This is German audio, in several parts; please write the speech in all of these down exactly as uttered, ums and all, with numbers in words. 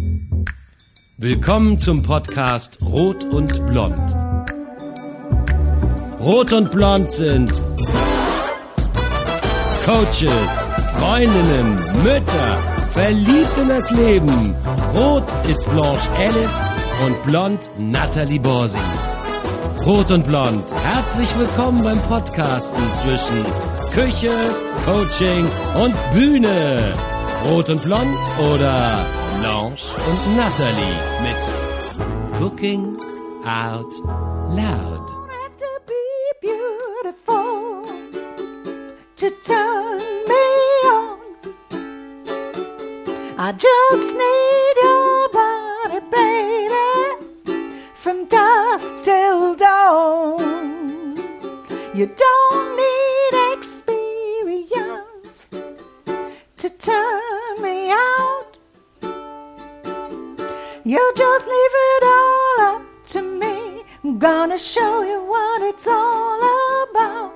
Willkommen zum Podcast Rot und Blond. Rot und Blond sind Coaches, Freundinnen, Mütter, verliebt in das Leben. Rot ist Blanche Alice und Blond Nathalie Borsi. Rot und Blond, herzlich willkommen beim Podcasten zwischen Küche, Coaching und Bühne. Rot und Blond oder Blanche und Nathalie mit Cooking Out Loud. To be beautiful, to turn me on. I just need your body, baby, from dusk till dawn. You don't need experience to turn me out. You just leave it all up to me. I'm gonna show you what it's all about.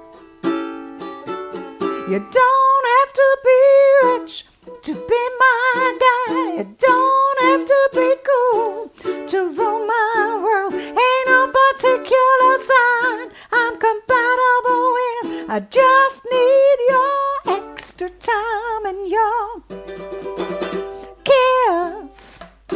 You don't have to be rich to be my guy. You don't have to be cool to rule my world. Ain't no particular sign I'm compatible with. I just need your extra time and your kiss.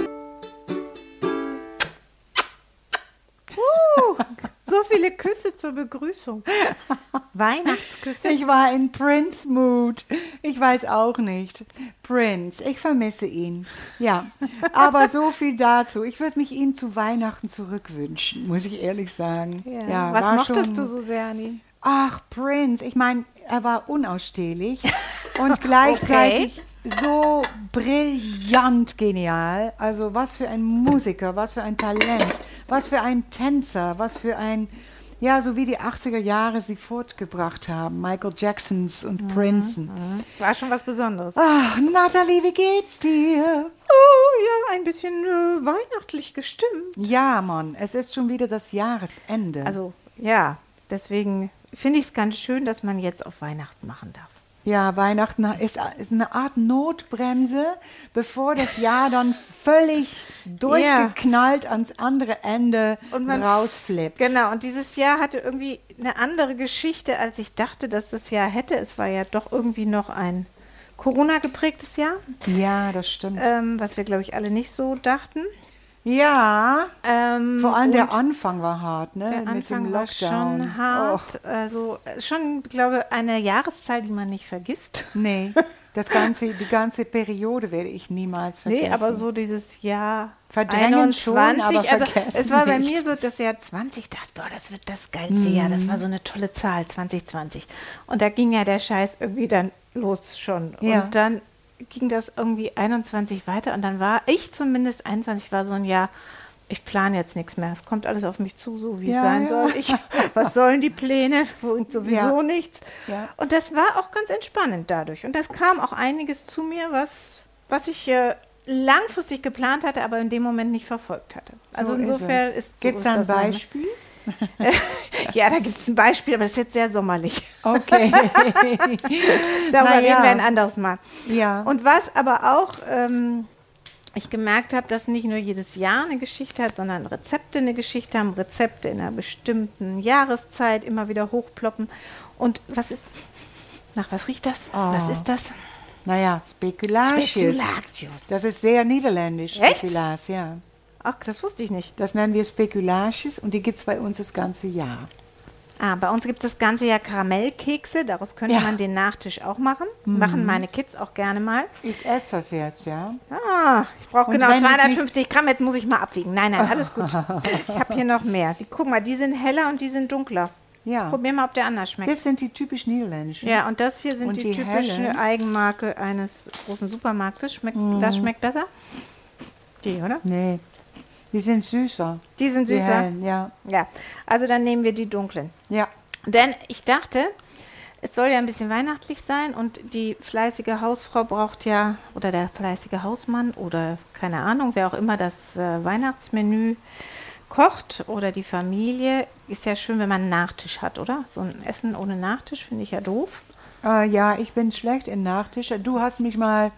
Uh, so viele Küsse zur Begrüßung. Weihnachtsküsse. Ich war in Prince-Mood. Ich weiß auch nicht. Prince, ich vermisse ihn. Ja, aber so viel dazu. Ich würde mich ihn zu Weihnachten zurückwünschen, muss ich ehrlich sagen. Ja. Ja, Was war mochtest schon, du so sehr an ihm? Ach, Prince. Ich meine, er war unausstehlich und gleichzeitig so brillant genial. Also was für ein Musiker, was für ein Talent, was für ein Tänzer, was für ein... Ja, so wie die achtziger Jahre sie fortgebracht haben. Michael Jacksons und mhm, Princeton. Mhm. War schon was Besonderes. Ach, Nathalie, wie geht's dir? Oh, ja, ein bisschen äh, weihnachtlich gestimmt. Ja, Mann, es ist schon wieder das Jahresende. Also, ja, deswegen finde ich es ganz schön, dass man jetzt auf Weihnachten machen darf. Ja, Weihnachten ist, ist eine Art Notbremse, bevor das Jahr dann völlig durchgeknallt ja. ans andere Ende und man rausflippt. Genau, und dieses Jahr hatte irgendwie eine andere Geschichte, als ich dachte, dass das Jahr hätte. Es war ja doch irgendwie noch ein Corona-geprägtes Jahr. Ja, das stimmt. Ähm, was wir, glaube ich, alle nicht so dachten. Ja, ähm, vor allem der Anfang war hart, ne? Der Mit Anfang dem war Lockdown. schon hart. Oh. Also schon, glaube ich, eine Jahreszeit, die man nicht vergisst. Nee, das ganze, die ganze Periode werde ich niemals vergessen. Nee, aber so dieses Jahr verdrängen einundzwanzig, schon, aber also vergessen es war bei nicht. mir so das Jahr zwanzig, ich dachte, boah, das wird das geilste mhm. Jahr, das war so eine tolle Zahl, zwanzig zwanzig. Und da ging ja der Scheiß irgendwie dann los schon. Ja. Und dann ging das irgendwie einundzwanzig weiter und dann war ich zumindest, einundzwanzig war so ein Jahr, ich plane jetzt nichts mehr. Es kommt alles auf mich zu, so wie ja, es sein ja. soll. Ich, was sollen die Pläne? Sowieso ja. nichts. Ja. Und das war auch ganz entspannend dadurch. Und das kam auch einiges zu mir, was, was ich äh, langfristig geplant hatte, aber in dem Moment nicht verfolgt hatte. Also so insofern ist, ist so Gibt es da ein das Beispiel? Ja, da gibt es ein Beispiel, aber das ist jetzt sehr sommerlich. Okay. Darüber ja. reden wir ein anderes Mal. Ja. Und was aber auch... Ähm, ich gemerkt habe, dass nicht nur jedes Jahr eine Geschichte hat, sondern Rezepte eine Geschichte haben, Rezepte in einer bestimmten Jahreszeit immer wieder hochploppen. Und was ist, nach was riecht das? Oh. Was ist das? Naja, Speculatius. Speculatius. Das ist sehr niederländisch. Echt? Speculatius, ja. Ach, das wusste ich nicht. Das nennen wir Speculatius und die gibt es bei uns das ganze Jahr. Ah, bei uns gibt es das ganze Jahr Karamellkekse, daraus könnte ja. man den Nachtisch auch machen. Mhm. Machen meine Kids auch gerne mal. Ich esse das jetzt, ja. Ah, ich brauche genau wenn zweihundertfünfzig Gramm, jetzt muss ich mal abwiegen. Nein, nein, alles gut. Ich habe hier noch mehr. Die, guck mal, die sind heller und die sind dunkler. Ja. Probier mal, ob der anders schmeckt. Das sind die typisch niederländischen. Ja, und das hier sind und die, die typische helle. Eigenmarke eines großen Supermarktes. Schmeckt, Mhm. Das schmeckt besser? Die, oder? Nee, die sind süßer. Die sind Die süßer? hellen, ja. Ja, also dann nehmen wir die dunklen. Ja. Denn ich dachte, es soll ja ein bisschen weihnachtlich sein und die fleißige Hausfrau braucht ja, oder der fleißige Hausmann oder keine Ahnung, wer auch immer das äh, Weihnachtsmenü kocht oder die Familie, ist ja schön, wenn man einen Nachtisch hat, oder? So ein Essen ohne Nachtisch finde ich ja doof. Äh, ja, ich bin schlecht in Nachtische. Du hast mich mal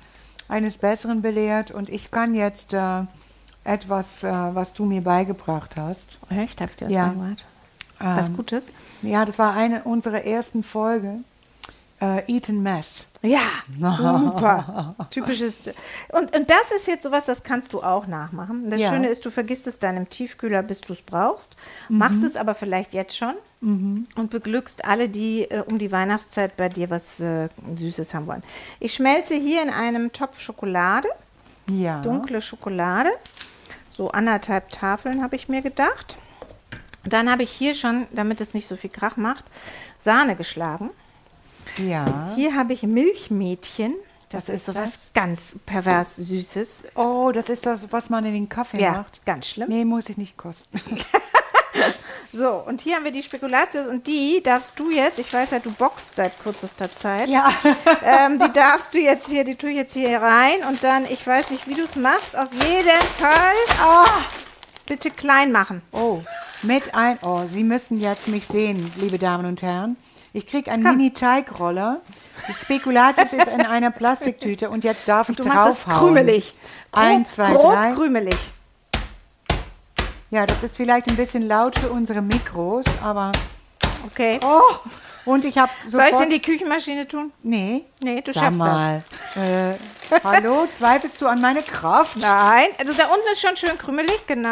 eines Besseren belehrt und ich kann jetzt äh, etwas, äh, was du mir beigebracht hast. Echt? Hab ich dir was Ja. beigebracht? Was Ähm, Gutes? Ja, das war eine unserer ersten Folge. Äh, Eaten Mess. Ja, super. Typisches. Und, und das ist jetzt sowas, das kannst du auch nachmachen. Und das Ja. Schöne ist, du vergisst es dann im Tiefkühler, bis du es brauchst. Machst es aber vielleicht jetzt schon und beglückst alle, die äh, um die Weihnachtszeit bei dir was äh, Süßes haben wollen. Ich schmelze hier in einem Topf Schokolade, Ja. dunkle Schokolade. So anderthalb Tafeln habe ich mir gedacht. Dann habe ich hier schon, damit es nicht so viel Krach macht, Sahne geschlagen. Ja. Hier habe ich Milchmädchen. Das Was ist ist so was das? ganz pervers Süßes. Oh, das ist das, was man in den Kaffee Ja, macht. ganz schlimm. Nee, muss ich nicht kosten. So, und hier haben wir die Spekulatius und die darfst du jetzt, ich weiß ja, du boxst seit kürzester Zeit, Ja. ähm, die darfst du jetzt hier, die tue ich jetzt hier rein und dann, ich weiß nicht, wie du es machst, auf jeden Fall Ah. bitte klein machen. Oh, mit ein. Oh, Sie müssen jetzt mich sehen, liebe Damen und Herren. Ich kriege einen Komm. Mini-Teigroller. Die Spekulatius ist in einer Plastiktüte und jetzt darf ich Du machst es draufhauen. krümelig. Grob, Eins, zwei, grob drei. krümelig. Ja, das ist vielleicht ein bisschen laut für unsere Mikros, aber. Okay. Oh! Und ich habe Soll ich es sofort. in die Küchenmaschine tun? Nee. Nee, du Sag schaffst mal. Äh, hallo, zweifelst du an meine Kraft? Nein, also da unten ist schon schön krümelig, genau.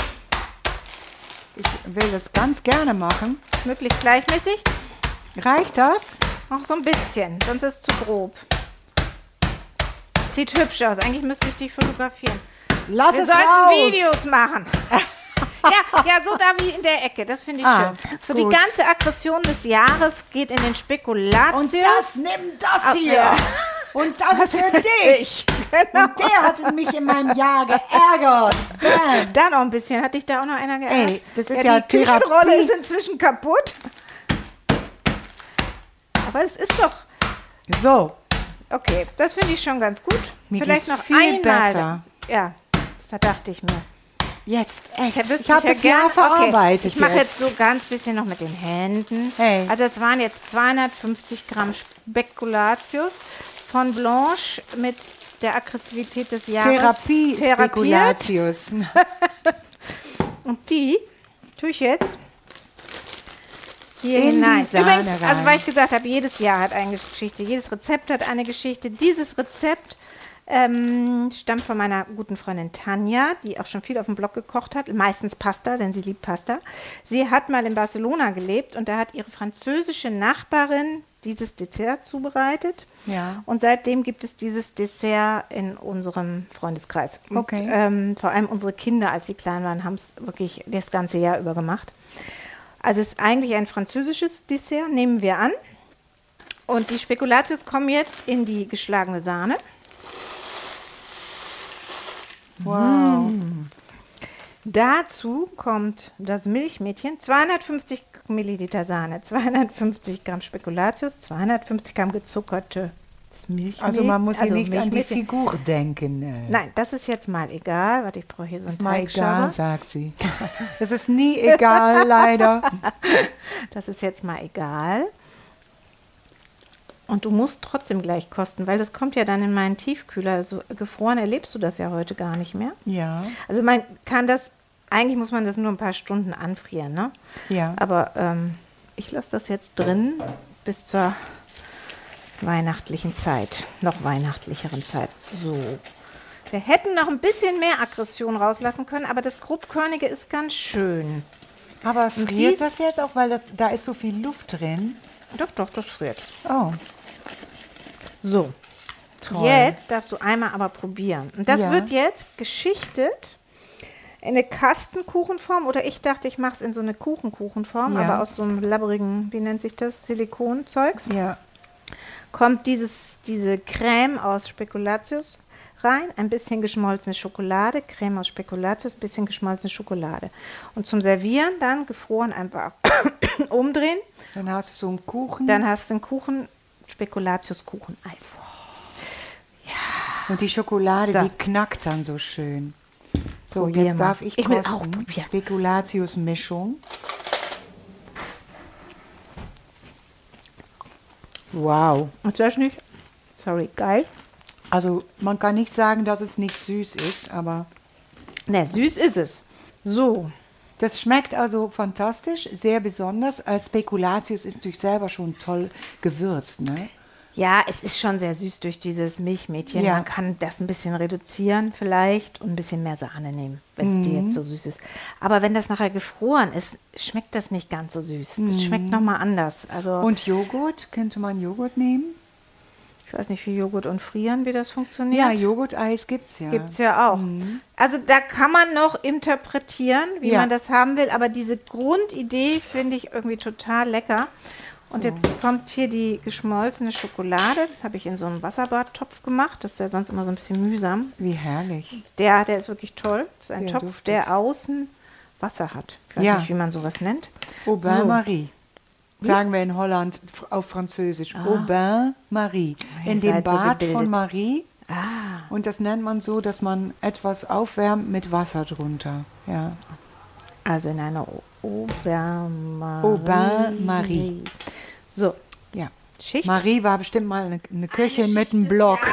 Ich will das ganz gerne machen. Möglichst gleichmäßig. Reicht das? Noch so ein bisschen, sonst ist es zu grob. Sieht hübsch aus. Eigentlich müsste ich dich fotografieren. Lass Wir es sollten raus. Videos machen. ja, ja, so da wie in der Ecke. Das finde ich Ah, schön. So gut. die ganze Aggression des Jahres geht in den Spekulatius. Und das, nimm das Ach, hier. ja. Und das ist für dich. Genau. Und der hat mich in meinem Jahr geärgert. Bam. Da noch ein bisschen. Hat dich da auch noch einer geärgert? Ey, das ist ja die Küchenrolle Therapie. ist inzwischen kaputt. Aber es ist doch... So, Okay, das finde ich schon ganz gut. Mir Vielleicht geht's noch viel einmal. besser. Ja, das dachte ich mir. jetzt echt. Ja, wüsste Ich habe ja das Jahr gern- verarbeitet. Okay, ich mache jetzt jetzt so ganz bisschen noch mit den Händen. Hey. Also das waren jetzt zweihundertfünfzig Gramm Spekulatius von Blanche mit der Aggressivität des Jahres Therapie therapiert. Spekulatius. Und die tue ich jetzt hier In die hinein. Sahne Übrigens, rein. also weil ich gesagt habe, jedes Jahr hat eine Geschichte, jedes Rezept hat eine Geschichte. Dieses Rezept ähm, stammt von meiner guten Freundin Tanja, die auch schon viel auf dem Blog gekocht hat, meistens Pasta, denn sie liebt Pasta. Sie hat mal in Barcelona gelebt und da hat ihre französische Nachbarin dieses Dessert zubereitet. Ja. Und seitdem gibt es dieses Dessert in unserem Freundeskreis. Und, Okay. ähm, vor allem unsere Kinder, als sie klein waren, haben es wirklich das ganze Jahr über gemacht. Also es ist eigentlich ein französisches Dessert, nehmen wir an. Und die Spekulatius kommen jetzt in die geschlagene Sahne. Wow. Dazu kommt das Milchmädchen, zweihundertfünfzig Milliliter Sahne, zweihundertfünfzig Gramm Spekulatius, zweihundertfünfzig Gramm gezuckerte Milchmädchen. Also man muss hier also nicht an die Milchmädchen. Figur denken. äh. Nein, das ist jetzt mal egal. Warte, ich brauche hier so einen Ist mal egal, Teigschauer. sagt sie. Das ist nie egal, leider. Das ist jetzt mal egal. Und du musst trotzdem gleich kosten, weil das kommt ja dann in meinen Tiefkühler. Also gefroren erlebst du das ja heute gar nicht mehr. Ja, Also man kann das, eigentlich muss man das nur ein paar Stunden anfrieren, ne? ja. Aber ähm, ich lasse das jetzt drin bis zur weihnachtlichen Zeit, noch weihnachtlicheren Zeit. So. Wir hätten noch ein bisschen mehr Aggression rauslassen können, aber das grobkörnige ist ganz schön. Aber die- friert das jetzt auch, weil das, da ist so viel Luft drin? Doch, doch, das friert. Oh, So. toll. Jetzt darfst du einmal aber probieren. Und das Ja. wird jetzt geschichtet in eine Kastenkuchenform oder ich dachte, ich mache es in so eine Kuchenkuchenform, Ja. aber aus so einem labberigen, wie nennt sich das, Silikonzeugs. Ja. Kommt dieses, diese Creme aus Spekulatius rein, ein bisschen geschmolzene Schokolade, Creme aus Spekulatius, ein bisschen geschmolzene Schokolade. Und zum Servieren dann gefroren einfach umdrehen. Dann hast du so einen Kuchen. Dann hast du einen Kuchen, Spekulatius-Kucheneis. Und die Schokolade, Da. die knackt dann so schön. So, Probier jetzt mal. darf ich Ich will kosten. auch probieren. Spekulatius-Mischung. Wow. Und das nicht, sorry, geil. Also man kann nicht sagen, dass es nicht süß ist, aber Ne, süß ist es. So. das schmeckt also fantastisch, sehr besonders. Als Spekulatius ist natürlich selber schon toll gewürzt, ne? Ja, es ist schon sehr süß durch dieses Milchmädchen. Ja. Man kann das ein bisschen reduzieren vielleicht und ein bisschen mehr Sahne nehmen, wenn es dir jetzt so süß ist. Aber wenn das nachher gefroren ist, schmeckt das nicht ganz so süß. Das schmeckt nochmal anders. Also Und Joghurt, könnte man Joghurt nehmen? ich weiß nicht, wie Joghurt und Frieren, wie das funktioniert. Ja, Joghurt-Eis gibt's ja. Gibt es ja auch. Also da kann man noch interpretieren, wie Ja. man das haben will, aber diese Grundidee finde ich irgendwie total lecker. Und So. jetzt kommt hier die geschmolzene Schokolade, habe ich in so einem Wasserbadtopf gemacht, das ist ja sonst immer so ein bisschen mühsam. Wie herrlich. Der, der ist wirklich toll. Das ist ein Der Topf, duftet. der außen Wasser hat. Ich weiß Ja. nicht, wie man sowas nennt. Aubin So. Marie. Sagen wir in Holland f- auf Französisch. Aubin Marie. Ihr In dem seid so Bad gebildet. von Marie. Ah, Und das nennt man so, dass man etwas aufwärmt mit Wasser drunter. Ja. also in einer Aubin Marie. Aubin Marie. So, Ja. Schicht. Marie war bestimmt mal eine, eine Köchin mit einem Block.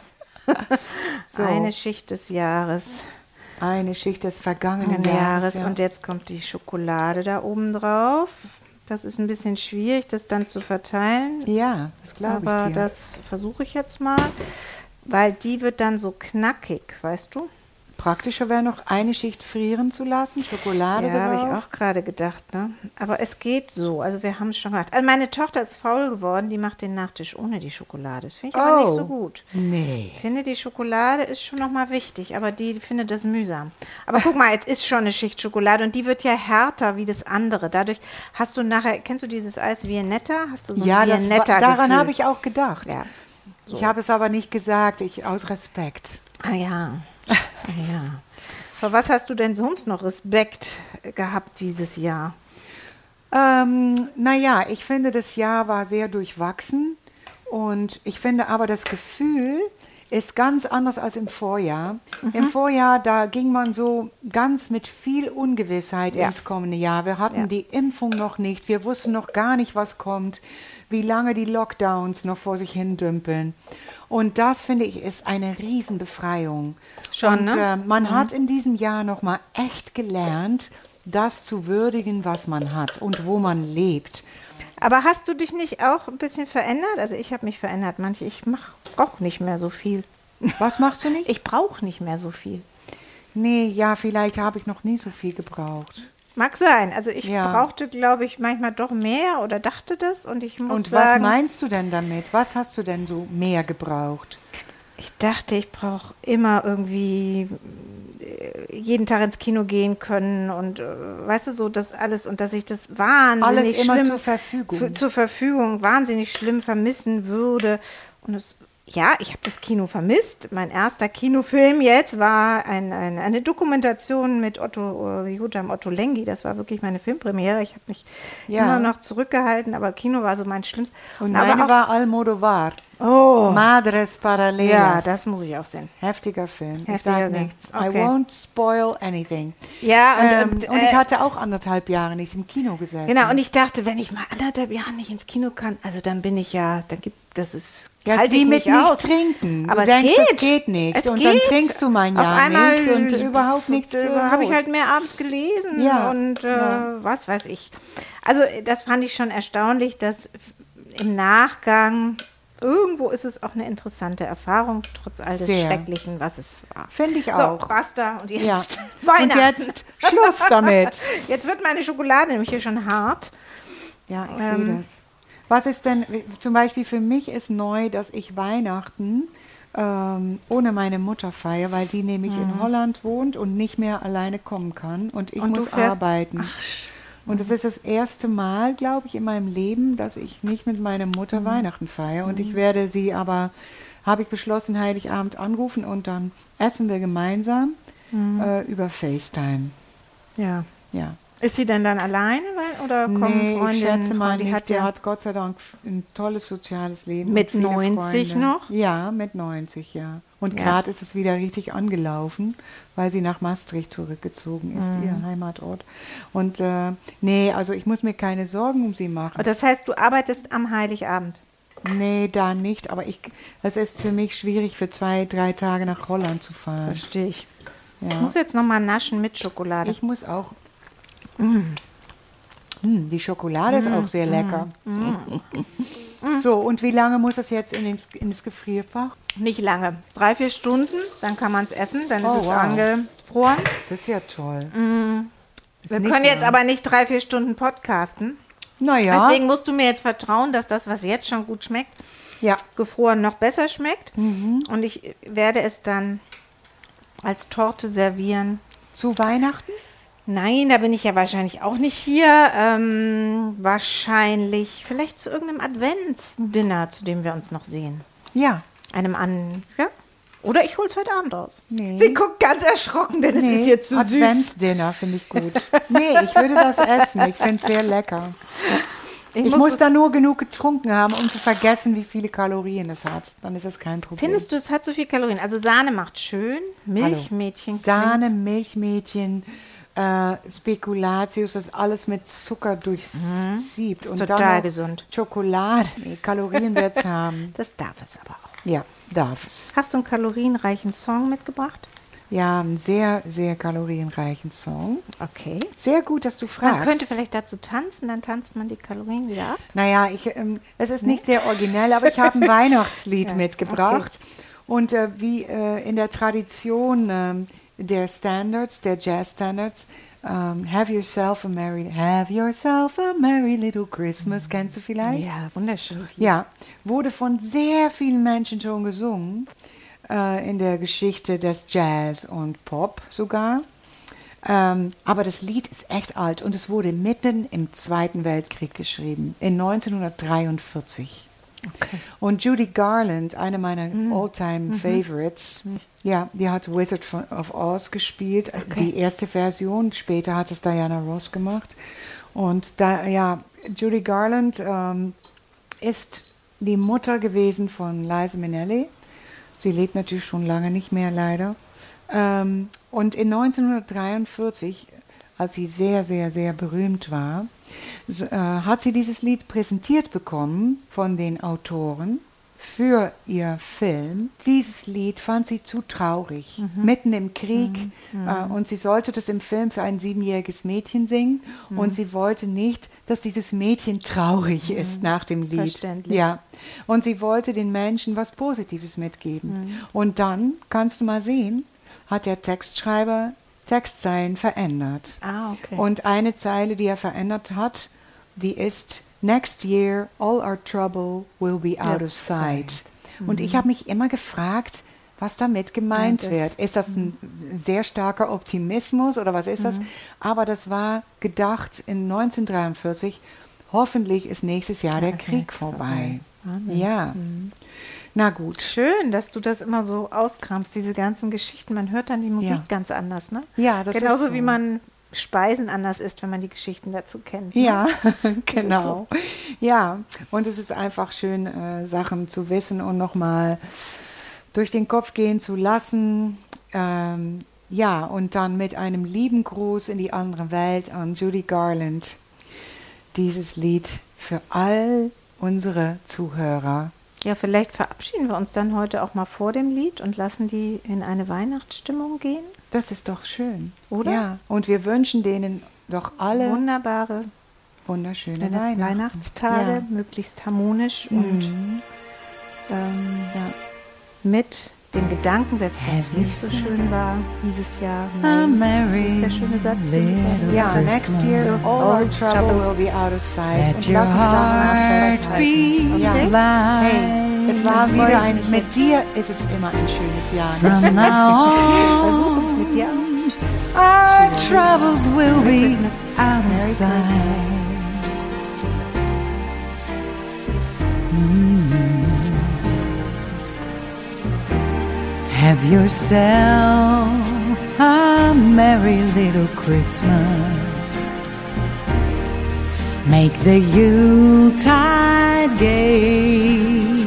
So. Eine Schicht des Jahres. Eine Schicht des vergangenen Jahres. Jahres. Ja. Und jetzt kommt die Schokolade da oben drauf. Das ist ein bisschen schwierig, das dann zu verteilen. ja, das glaube Aber ich dir. das versuche ich jetzt mal, weil die wird dann so knackig, weißt du? Praktischer wäre noch eine Schicht frieren zu lassen, Schokolade Ja, habe ich drauf. auch gerade gedacht, ne? Aber es geht so, also wir haben es schon gemacht. Also meine Tochter ist faul geworden, die macht den Nachtisch ohne die Schokolade. Das finde ich aber nicht Oh. so gut. Nee. Ich finde, die Schokolade ist schon nochmal wichtig, aber die findet das mühsam. Aber guck mal, jetzt ist schon eine Schicht Schokolade und die wird ja härter wie das andere. Dadurch hast du nachher, kennst du dieses Eis Viennetta? Hast du so Ja, ein das war, Viennetta daran habe ich auch gedacht. Ja. Ich habe es aber nicht gesagt, ich aus Respekt. Ah ja. Ah ja. Vor was hast du denn sonst noch Respekt gehabt dieses Jahr? Ähm, naja, ich finde, das Jahr war sehr durchwachsen und ich finde aber, das Gefühl ist ganz anders als im Vorjahr. Im Vorjahr, da ging man so ganz mit viel Ungewissheit Ja. ins kommende Jahr. Wir hatten Ja. die Impfung noch nicht, wir wussten noch gar nicht, was kommt, wie lange die Lockdowns noch vor sich hin dümpeln. Und das, finde ich, ist eine Riesenbefreiung. Schon, und, ne? äh, man hat in diesem Jahr noch mal echt gelernt, das zu würdigen, was man hat und wo man lebt. Aber hast du dich nicht auch ein bisschen verändert? Also ich habe mich verändert. Manche, ich mach brauche nicht mehr so viel. Was machst du nicht? Ich brauche nicht mehr so viel. Nee, ja, vielleicht habe ich noch nie so viel gebraucht. Mag sein. Also ich Ja. brauchte, glaube ich, manchmal doch mehr oder dachte das. Und ich muss Und was sagen, meinst du denn damit? Was hast du denn so mehr gebraucht? ich dachte, ich brauche immer irgendwie äh, jeden Tag ins Kino gehen können und äh, weißt du so, das alles und dass ich das wahnsinnig Alles immer schlimm zur Verfügung. für, zur Verfügung wahnsinnig schlimm vermissen würde. Und es, ja, ich habe das Kino vermisst. Mein erster Kinofilm jetzt war ein, ein, eine Dokumentation mit Otto, äh, Jotam Otto Lengi. Das war wirklich meine Filmpremiere. Ich habe mich Ja. immer noch zurückgehalten, aber Kino war so mein Schlimmstes. Und aber meine auch, war Almodovar. oh, Madres Paralelas. ja, das muss ich auch sehen. Heftiger Film. ich Heftiger sag Film. nichts. I Okay. won't spoil anything. Ja, und, Ähm, und, und ich äh, hatte auch anderthalb Jahre nicht im Kino gesessen. Genau, und ich dachte, wenn ich mal anderthalb Jahre nicht ins Kino kann, also dann bin ich ja, dann gibt das ist Ja, halte wie ich mit nicht nicht aus. trinken. Aber du es denkst, geht. das geht nicht. Es und dann geht. trinkst du mal ein Auf Jahr einmal nicht und überhaupt nichts. äh, los. habe ich halt mehr abends gelesen Ja, und äh, ja. was weiß ich. Also das fand ich schon erstaunlich, dass im Nachgang irgendwo ist es auch eine interessante Erfahrung, trotz all des Sehr. Schrecklichen, was es war. Finde ich So, auch. basta und jetzt Ja. Und Weihnachten. jetzt Schluss damit. Jetzt wird meine Schokolade nämlich hier schon hart. Ja, ich Ähm. sehe das. Was ist denn, zum Beispiel für mich ist neu, dass ich Weihnachten ähm, ohne meine Mutter feiere, weil die nämlich in Holland wohnt und nicht mehr alleine kommen kann und ich Und du muss fährst- arbeiten. Und es ist das erste Mal, glaube ich, in meinem Leben, dass ich nicht mit meiner Mutter Weihnachten feiere. Und ich werde sie aber, habe ich beschlossen, Heiligabend anrufen und dann essen wir gemeinsam äh, über FaceTime. Ja. Ja. Ist sie denn dann alleine weil, oder kommen Nee, Freundinnen? ich schätze mal die nicht. hat Der ja hat Gott sei Dank ein tolles soziales Leben. Mit und viele neunzig Freunde. noch? Ja, mit neunzig, ja. Und Ja. gerade ist es wieder richtig angelaufen, weil sie nach Maastricht zurückgezogen ist, Mhm. ihr Heimatort. Und äh, nee, also ich muss mir keine Sorgen um sie machen. Das heißt, du arbeitest am Heiligabend. Nee, da nicht. Aber ich, es ist für mich schwierig, für zwei, drei Tage nach Holland zu fahren. Verstehe ich. Ja. Ich muss jetzt nochmal naschen mit Schokolade. Ich muss auch. Mm. Mm, die Schokolade mm. ist auch sehr lecker. Mm. So, und wie lange muss das jetzt in den, ins Gefrierfach? Nicht lange. Drei, vier Stunden, dann kann man es essen, dann Oh, ist es wow. angefroren. Das ist ja toll. Ist Wir nicht können jetzt lang. aber nicht drei, vier Stunden podcasten. Naja, Deswegen musst du mir jetzt vertrauen, dass das, was jetzt schon gut schmeckt, ja. gefroren noch besser schmeckt. Mhm. Und ich werde es dann als Torte servieren. Zu Weihnachten? Nein, da bin ich ja wahrscheinlich auch nicht hier. Ähm, wahrscheinlich vielleicht zu irgendeinem Adventsdinner, zu dem wir uns noch sehen. Ja. Einem an... Ja? Oder ich hol's heute Abend aus. Nee. Sie guckt ganz erschrocken, denn es ist jetzt zu süß. Adventsdinner finde ich gut. Nee, ich würde das essen. Ich finde es sehr lecker. Ich, muss muss es- da nur genug getrunken haben, um zu vergessen, wie viele Kalorien es hat. Dann ist es kein Problem. Findest du, es hat so viel Kalorien? Also Sahne macht schön, Milchmädchen. Sahne, Milchmädchen, äh, Spekulatius, das alles mit Zucker durchsiebt. Und Total dann noch gesund. Schokolade. Nee, Kalorien wird es haben. Das darf es aber auch. Ja, darf es. Hast du einen kalorienreichen Song mitgebracht? Ja, einen sehr, sehr kalorienreichen Song. Okay. Sehr gut, dass du fragst. Man könnte vielleicht dazu tanzen, dann tanzt man die Kalorien wieder ab. Naja, ich, ähm, es ist nicht sehr originell, aber ich habe ein Weihnachtslied Ja, mitgebracht. Und äh, wie äh, in der Tradition ähm, der Standards, der Jazz-Standards, ähm, Have yourself a merry, have yourself a merry little Christmas, kennst du vielleicht? Ja, wunderschönes Lied. Ja, wurde von sehr vielen Menschen schon gesungen, äh, in der Geschichte des Jazz und Pop sogar. Ähm, aber das Lied ist echt alt und es wurde mitten im Zweiten Weltkrieg geschrieben, in neunzehnhundertdreiundvierzig. Okay. Und Judy Garland, eine meiner all-time Favorites, ja, die hat Wizard von- of Oz gespielt, die erste Version. Später hat es Diana Ross gemacht. Und da, ja, Judy Garland ähm, ist die Mutter gewesen von Liza Minnelli. Sie lebt natürlich schon lange nicht mehr, leider. Ähm, und in neunzehnhundertdreiundvierzig, als sie sehr, sehr, sehr berühmt war, s- äh, hat sie dieses Lied präsentiert bekommen von den Autoren für ihr Film. Dieses Lied fand sie zu traurig, mitten im Krieg. Äh, und sie sollte das im Film für ein siebenjähriges Mädchen singen. Und sie wollte nicht, dass dieses Mädchen traurig ist nach dem Lied. Verständlich. Ja. Und sie wollte den Menschen was Positives mitgeben. Und dann, kannst du mal sehen, hat der Textschreiber Textzeilen verändert. Ah, okay. Und eine Zeile, die er verändert hat, die ist Next year all our trouble will be out of sight. Und ich habe mich immer gefragt, was damit gemeint Meint es. wird. Ist das ein sehr starker Optimismus oder was ist das? Aber das war gedacht in neunzehnhundertdreiundvierzig. Hoffentlich ist nächstes Jahr der Krieg vorbei. Ja. Na gut. Schön, dass du das immer so auskramst, diese ganzen Geschichten. Man hört dann die Musik Ja. ganz anders, ne? Ja, das Genauso ist so. wie man Speisen anders isst, wenn man die Geschichten dazu kennt. Ne? Ja, genau. Ja, und es ist einfach schön, äh, Sachen zu wissen und nochmal durch den Kopf gehen zu lassen. Ähm, ja, und dann mit einem lieben Gruß in die andere Welt an Judy Garland dieses Lied für all unsere Zuhörer. Ja, vielleicht verabschieden wir uns dann heute auch mal vor dem Lied und lassen die in eine Weihnachtsstimmung gehen. Das ist doch schön. Oder? Ja, und wir wünschen denen doch alle Wunderbare wunderschöne Weihnachten. Weihnachten. Weihnachtstage, Ja. möglichst harmonisch und Mhm. ähm, Ja. mit dem Gedanken, selbst wenn es Have nicht so yourself schön war dieses Jahr. a Nein, merry das ist der schöne Satz. little Ja, Christmas. next year all our trouble will be out of sight. Let Und your lass uns daran heart festhalten. be Ja. light. Hey, es war wieder ein, mit dir ist es immer ein schönes Jahr. From now Versuch on, es mit dir aus. our troubles will be Christmas. out of Merry sight. Have yourself a merry little Christmas. Make the Yuletide gay.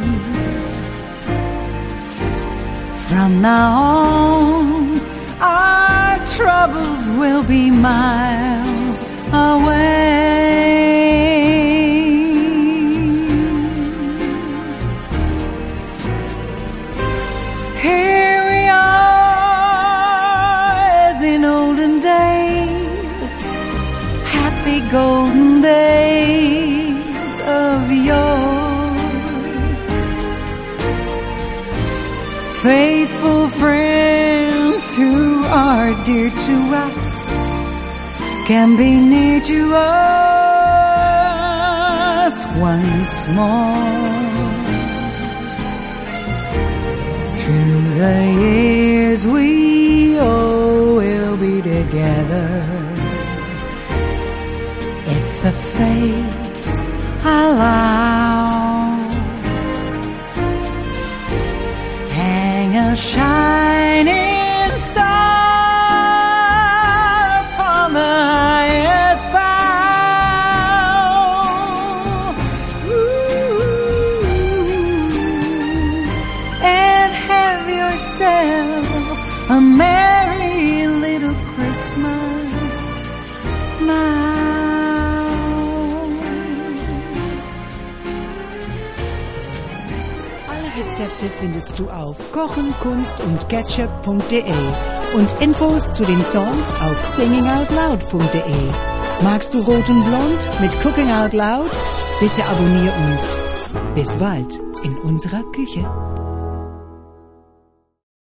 From now on, our troubles will be miles away. golden days, happy golden days of yore. Faithful friends who are dear to us can be near to us once more. Through the years we all will be together, if the fates allow. Hang a shining star upon the highest bough. Ooh. And have yourself a merry little Christmas now. Alle Rezepte findest du auf kochen kunst und ketchup punkt de und Infos zu den Songs auf singing out loud punkt de. Magst du Rot und Blond mit Cooking Out Loud? Bitte abonnier uns. Bis bald in unserer Küche.